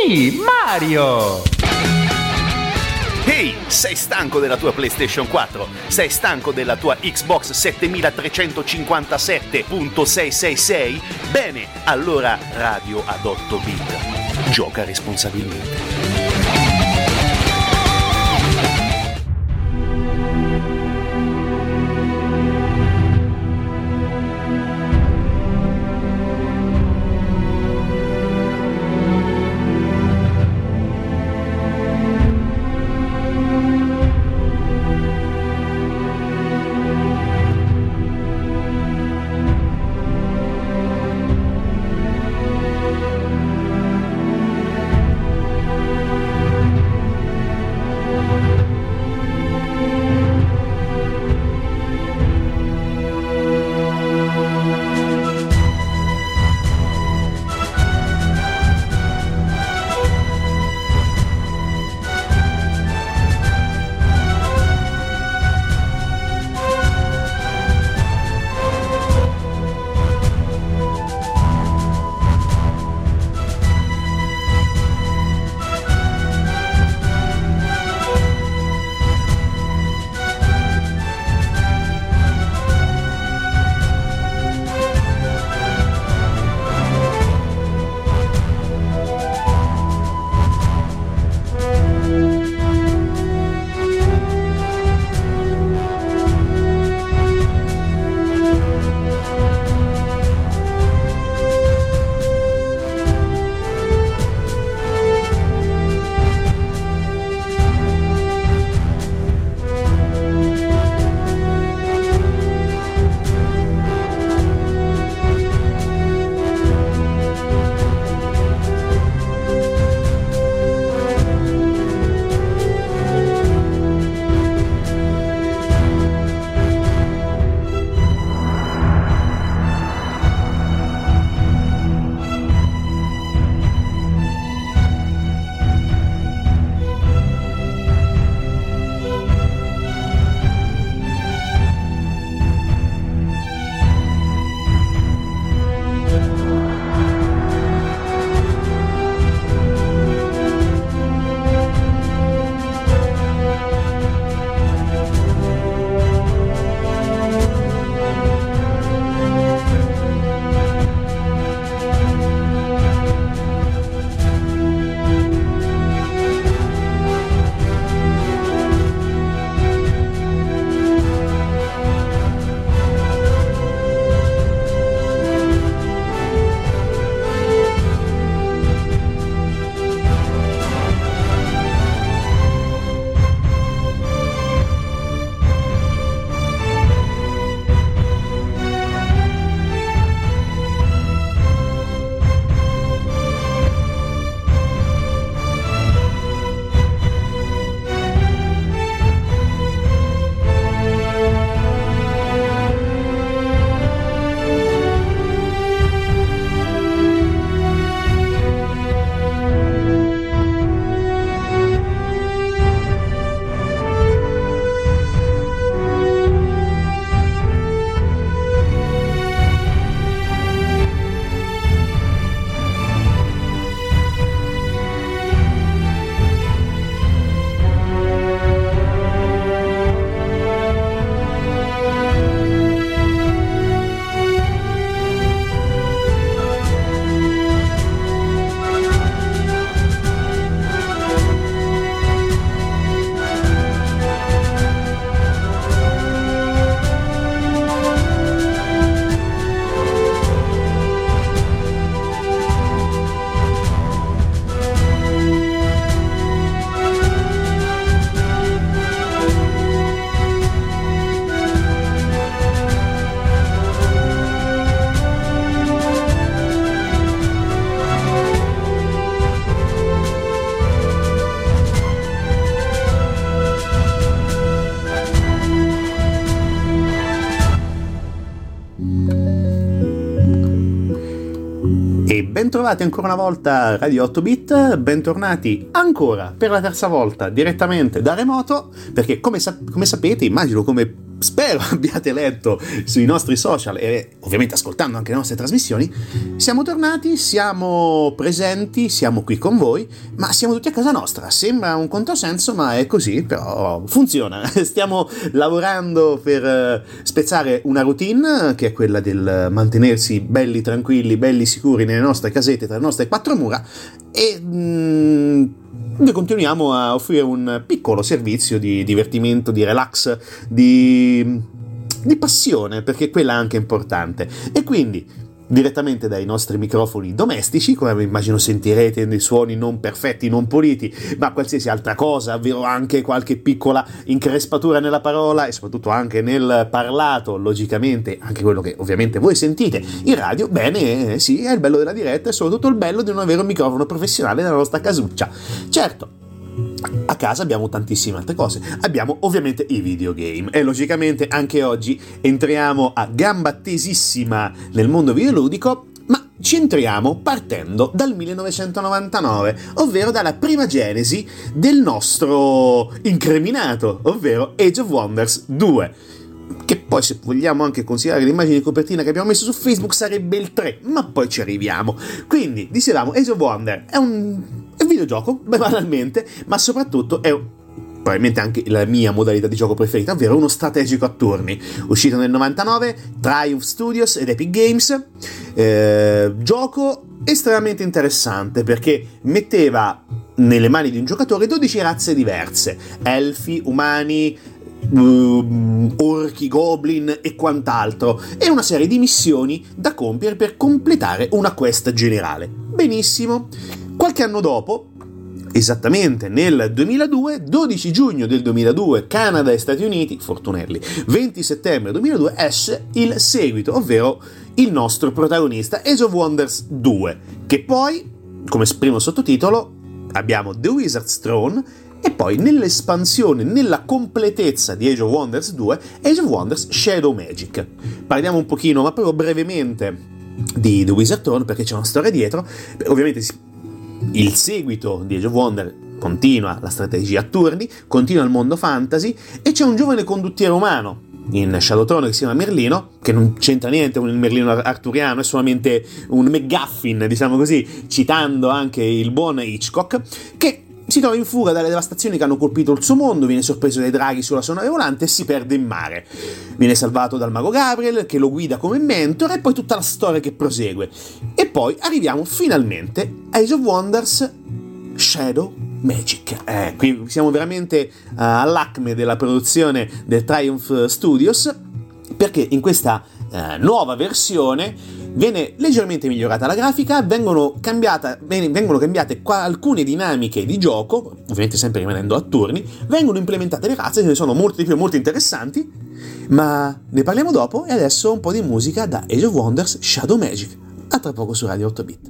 Sì, Mario! Ehi, sei stanco della tua PlayStation 4? Sei stanco della tua Xbox 7357.666? Bene, allora Radio ad 8 bit. Gioca responsabilmente. E bentrovati ancora una volta a Radio 8 Bit, bentornati ancora per la terza volta direttamente da remoto, perché come sapete, immagino come spero abbiate letto sui nostri social e ovviamente ascoltando anche le nostre trasmissioni, siamo tornati, siamo presenti, siamo qui con voi, ma siamo tutti a casa nostra. Sembra un controsenso, ma è così, però funziona. Stiamo lavorando per spezzare una routine che è quella del mantenersi belli tranquilli, belli sicuri nelle nostre casette, tra le nostre quattro mura, e noi continuiamo a offrire un piccolo servizio di divertimento, di relax, di passione, perché quella è anche importante. E quindi direttamente dai nostri microfoni domestici, come immagino sentirete dei suoni non perfetti, non puliti, ma qualsiasi altra cosa, ovvero anche qualche piccola increspatura nella parola e soprattutto anche nel parlato, logicamente anche quello che ovviamente voi sentite in radio, bene, sì, è il bello della diretta e soprattutto il bello di non avere un microfono professionale nella nostra casuccia. Certo, a casa abbiamo tantissime altre cose, abbiamo ovviamente i videogame e logicamente anche oggi entriamo a gamba tesissima nel mondo videoludico, ma ci entriamo partendo dal 1999, ovvero dalla prima genesi del nostro incriminato, ovvero Age of Wonders 2. Che poi, se vogliamo anche considerare l'immagine di copertina che abbiamo messo su Facebook, sarebbe il 3, ma poi ci arriviamo. Quindi, dicevamo, Age of Wonders è un videogioco, banalmente, ma soprattutto è probabilmente anche la mia modalità di gioco preferita, ovvero uno strategico a turni. Uscito nel 99, Triumph Studios ed Epic Games, gioco estremamente interessante perché metteva nelle mani di un giocatore 12 razze diverse, elfi, umani, orchi, goblin e quant'altro, e una serie di missioni da compiere per completare una quest generale. Benissimo. Qualche anno dopo, esattamente nel 2002, 12 giugno del 2002, Canada e Stati Uniti, fortunelli, 20 settembre 2002, esce il seguito, ovvero il nostro protagonista Age of Wonders 2, che poi, come primo sottotitolo, abbiamo The Wizard's Throne, e poi nell'espansione, nella completezza di Age of Wonders 2, Age of Wonders Shadow Magic. Parliamo un pochino, ma proprio brevemente, di The Wizard's Throne, perché c'è una storia dietro. Ovviamente il seguito di Age of Wonders continua la strategia a turni, continua il mondo fantasy, e c'è un giovane condottiero umano in Shadowthrone che si chiama Merlino, che non c'entra niente con il Merlino arturiano, è solamente un MacGuffin, diciamo così, citando anche il buon Hitchcock, che si trova in fuga dalle devastazioni che hanno colpito il suo mondo, viene sorpreso dai draghi sulla sua nave volante e si perde in mare. Viene salvato dal mago Gabriel, che lo guida come mentore, e poi tutta la storia che prosegue. E poi arriviamo finalmente a Age of Wonders Shadow Magic. Qui siamo veramente all'acme della produzione del Triumph Studios, perché in questa nuova versione viene leggermente migliorata la grafica, vengono cambiate alcune dinamiche di gioco, ovviamente sempre rimanendo a turni, vengono implementate le razze, ce ne sono molte di più, molto interessanti, ma ne parliamo dopo. E adesso un po' di musica da Age of Wonders Shadow Magic. A tra poco su Radio 8 Bit.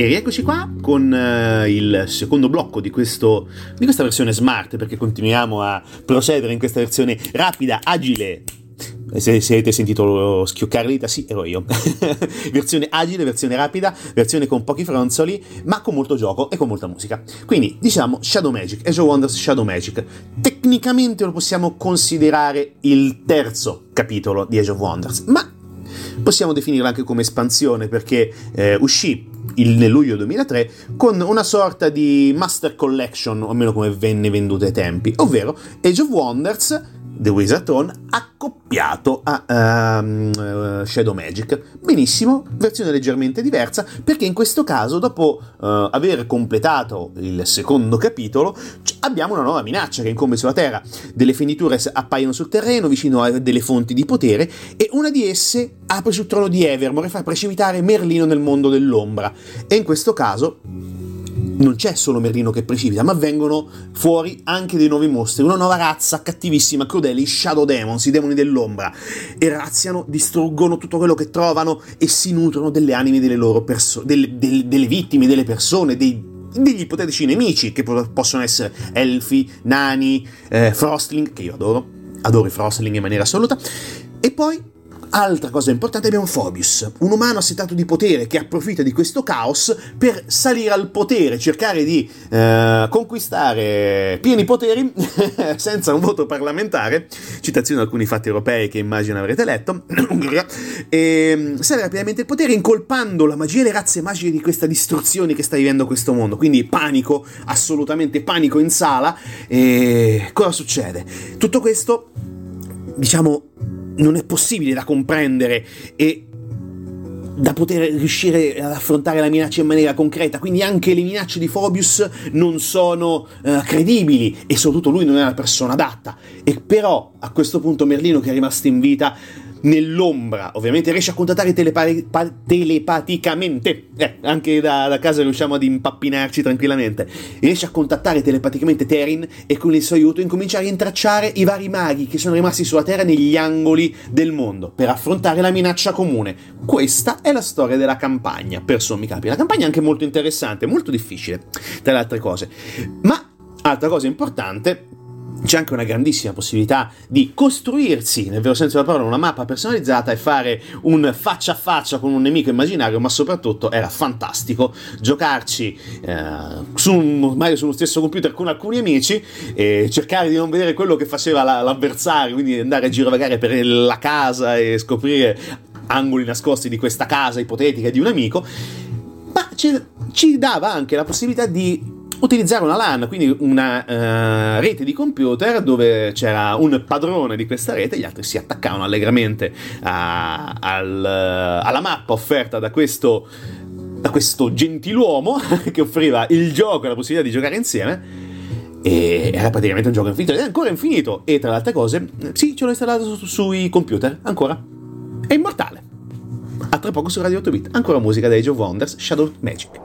E rieccoci qua con il secondo blocco di questa versione smart, perché continuiamo a procedere in questa versione rapida, agile. Se avete sentito schioccare le dita, sì, ero io. Versione agile, versione rapida, versione con pochi fronzoli, ma con molto gioco e con molta musica. Quindi, diciamo, Shadow Magic, Age of Wonders Shadow Magic. Tecnicamente lo possiamo considerare il terzo capitolo di Age of Wonders, ma possiamo definirlo anche come espansione, perché uscì nel luglio 2003 con una sorta di Master Collection, o almeno come venne venduto ai tempi, ovvero Age of Wonders The Wizard Throne accoppiato a Shadow Magic. Benissimo, versione leggermente diversa, perché in questo caso, dopo aver completato il secondo capitolo, abbiamo una nuova minaccia che incombe sulla Terra. Delle feniture appaiono sul terreno vicino a delle fonti di potere, e una di esse apre sul trono di Evermore e fa precipitare Merlino nel mondo dell'ombra. E in questo caso non c'è solo Merlino che precipita, ma vengono fuori anche dei nuovi mostri, una nuova razza cattivissima, crudeli, i Shadow Demons, i demoni dell'ombra, e razziano, distruggono tutto quello che trovano e si nutrono delle anime delle loro delle vittime, delle persone, degli ipotetici nemici, che possono essere elfi, nani, frostling, che io adoro i frostling in maniera assoluta. E poi, altra cosa importante, abbiamo Phobius, un umano assetato di potere che approfitta di questo caos per salire al potere, cercare di conquistare pieni poteri senza un voto parlamentare, citazione di alcuni fatti europei che immagino avrete letto, Ungheria, e sale rapidamente il potere incolpando la magia e le razze magiche di questa distruzione che sta vivendo questo mondo. Quindi panico, assolutamente panico in sala. E cosa succede? Tutto questo, diciamo, non è possibile da comprendere e da poter riuscire ad affrontare la minaccia in maniera concreta, quindi anche le minacce di Phobius non sono credibili, e soprattutto lui non è la persona adatta. E però a questo punto Merlino, che è rimasto in vita nell'ombra, ovviamente riesce a contattare telepaticamente, anche da casa riusciamo ad impappinarci tranquillamente, riesce a contattare telepaticamente Terin, e con il suo aiuto incomincia a rintracciare i vari maghi che sono rimasti sulla Terra negli angoli del mondo per affrontare la minaccia comune. Questa è la storia della campagna, per sommi capi. La campagna è anche molto interessante, molto difficile, tra le altre cose, ma altra cosa importante, c'è anche una grandissima possibilità di costruirsi, nel vero senso della parola, una mappa personalizzata e fare un faccia a faccia con un nemico immaginario, ma soprattutto era fantastico giocarci magari sullo stesso computer con alcuni amici e cercare di non vedere quello che faceva l'avversario, quindi andare a girovagare per la casa e scoprire angoli nascosti di questa casa ipotetica di un amico, ma ci dava anche la possibilità di utilizzare una LAN, quindi una rete di computer dove c'era un padrone di questa rete, gli altri si attaccavano allegramente alla mappa offerta da questo gentiluomo che offriva il gioco e la possibilità di giocare insieme, e era praticamente un gioco infinito, ed è ancora infinito, e tra le altre cose, sì, ce l'ho installato sui computer, ancora, è immortale. A tra poco su Radio 8-bit, ancora musica da Age of Wonders Shadow Magic.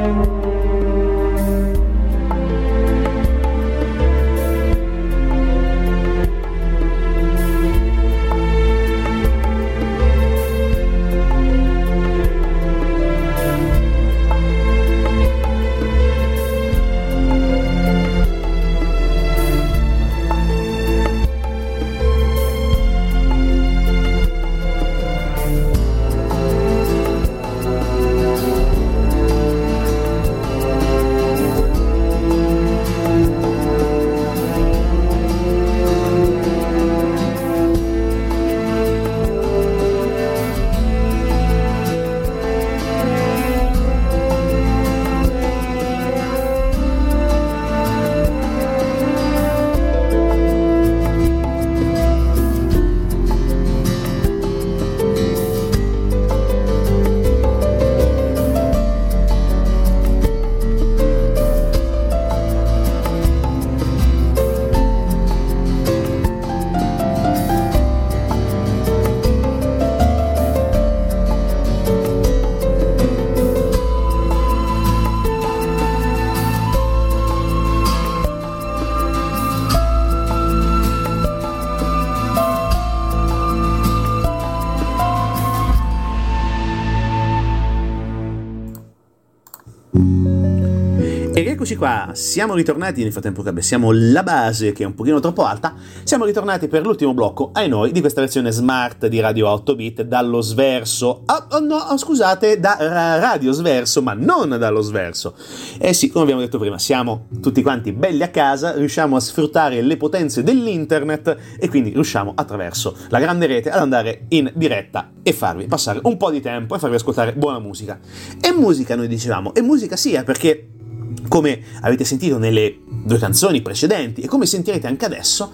E rieccoci qua, siamo ritornati nel frattempo che abbassiamo la base che è un pochino troppo alta, siamo ritornati per l'ultimo blocco, ai noi, di questa versione smart di Radio 8 Bit dallo Sverso, scusate, da Radio Sverso, ma non dallo Sverso. Eh sì, come abbiamo detto prima, siamo tutti quanti belli a casa, riusciamo a sfruttare le potenze dell'internet e quindi riusciamo attraverso la grande rete ad andare in diretta e farvi passare un po' di tempo e farvi ascoltare buona musica. E musica, noi dicevamo, e musica sia perché, come avete sentito nelle due canzoni precedenti e come sentirete anche adesso,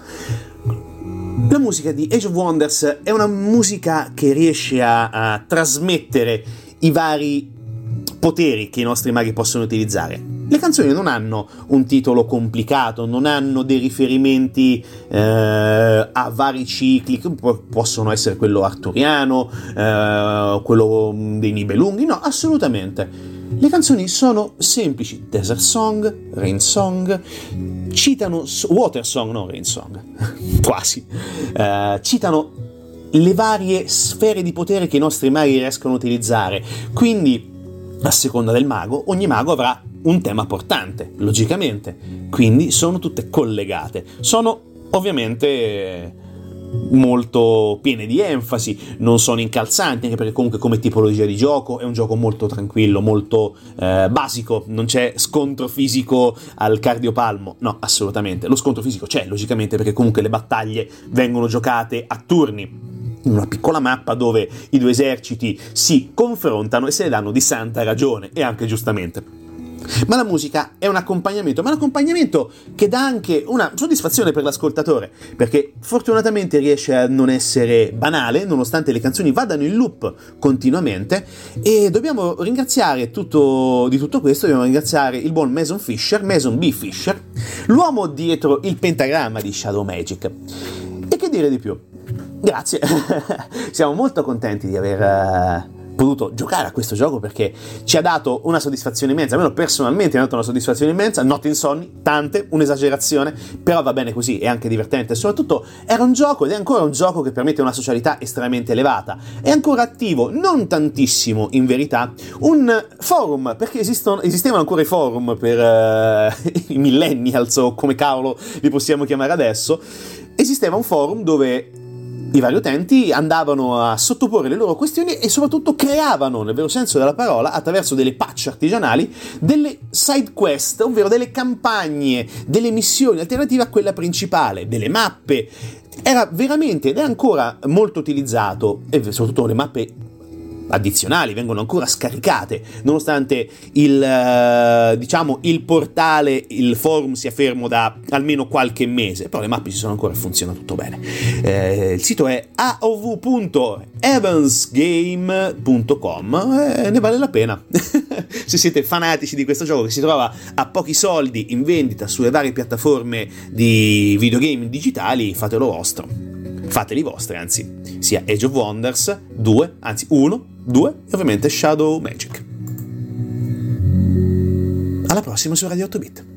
la musica di Age of Wonders è una musica che riesce a trasmettere i vari poteri che i nostri maghi possono utilizzare. Le canzoni non hanno un titolo complicato, non hanno dei riferimenti a vari cicli, che possono essere quello arturiano, quello dei Nibelunghi, no, assolutamente. Le canzoni sono semplici, Desert Song, Rain Song, citano Water Song, no Rain Song, quasi, citano le varie sfere di potere che i nostri maghi riescono a utilizzare, quindi a seconda del mago, ogni mago avrà un tema portante, logicamente, quindi sono tutte collegate, sono ovviamente molto piene di enfasi, non sono incalzanti, anche perché comunque come tipologia di gioco è un gioco molto tranquillo, molto basico, non c'è scontro fisico al cardiopalmo, no, assolutamente, lo scontro fisico c'è, logicamente, perché comunque le battaglie vengono giocate a turni, in una piccola mappa dove i due eserciti si confrontano e se ne danno di santa ragione, e anche giustamente. Ma la musica è un accompagnamento, ma un accompagnamento che dà anche una soddisfazione per l'ascoltatore, perché fortunatamente riesce a non essere banale, nonostante le canzoni vadano in loop continuamente, e dobbiamo ringraziare di tutto questo, dobbiamo ringraziare il buon Mason B. Fisher, l'uomo dietro il pentagramma di Shadow Magic. E che dire di più? Grazie, siamo molto contenti di aver potuto giocare a questo gioco, perché ci ha dato una soddisfazione immensa, almeno personalmente mi ha dato una soddisfazione immensa, notti insonni, tante, un'esagerazione, però va bene così, è anche divertente, soprattutto era un gioco ed è ancora un gioco che permette una socialità estremamente elevata, è ancora attivo, non tantissimo in verità, un forum, perché esistevano ancora i forum per i millennials o come cavolo li possiamo chiamare adesso, esisteva un forum dove i vari utenti andavano a sottoporre le loro questioni e soprattutto creavano, nel vero senso della parola, attraverso delle patch artigianali, delle side quest, ovvero delle campagne, delle missioni alternative a quella principale, delle mappe. Era veramente, ed è ancora molto utilizzato, e soprattutto le mappe addizionali vengono ancora scaricate, nonostante il portale, il forum sia fermo da almeno qualche mese, però le mappe ci sono ancora e funziona tutto bene. Il sito è aov.evansgame.com, ne vale la pena se siete fanatici di questo gioco che si trova a pochi soldi in vendita sulle varie piattaforme di videogame digitali. Fateli vostri, anzi, sia Age of Wonders 2, anzi 1, 2 e ovviamente Shadow Magic. Alla prossima su Radio 8 Bit.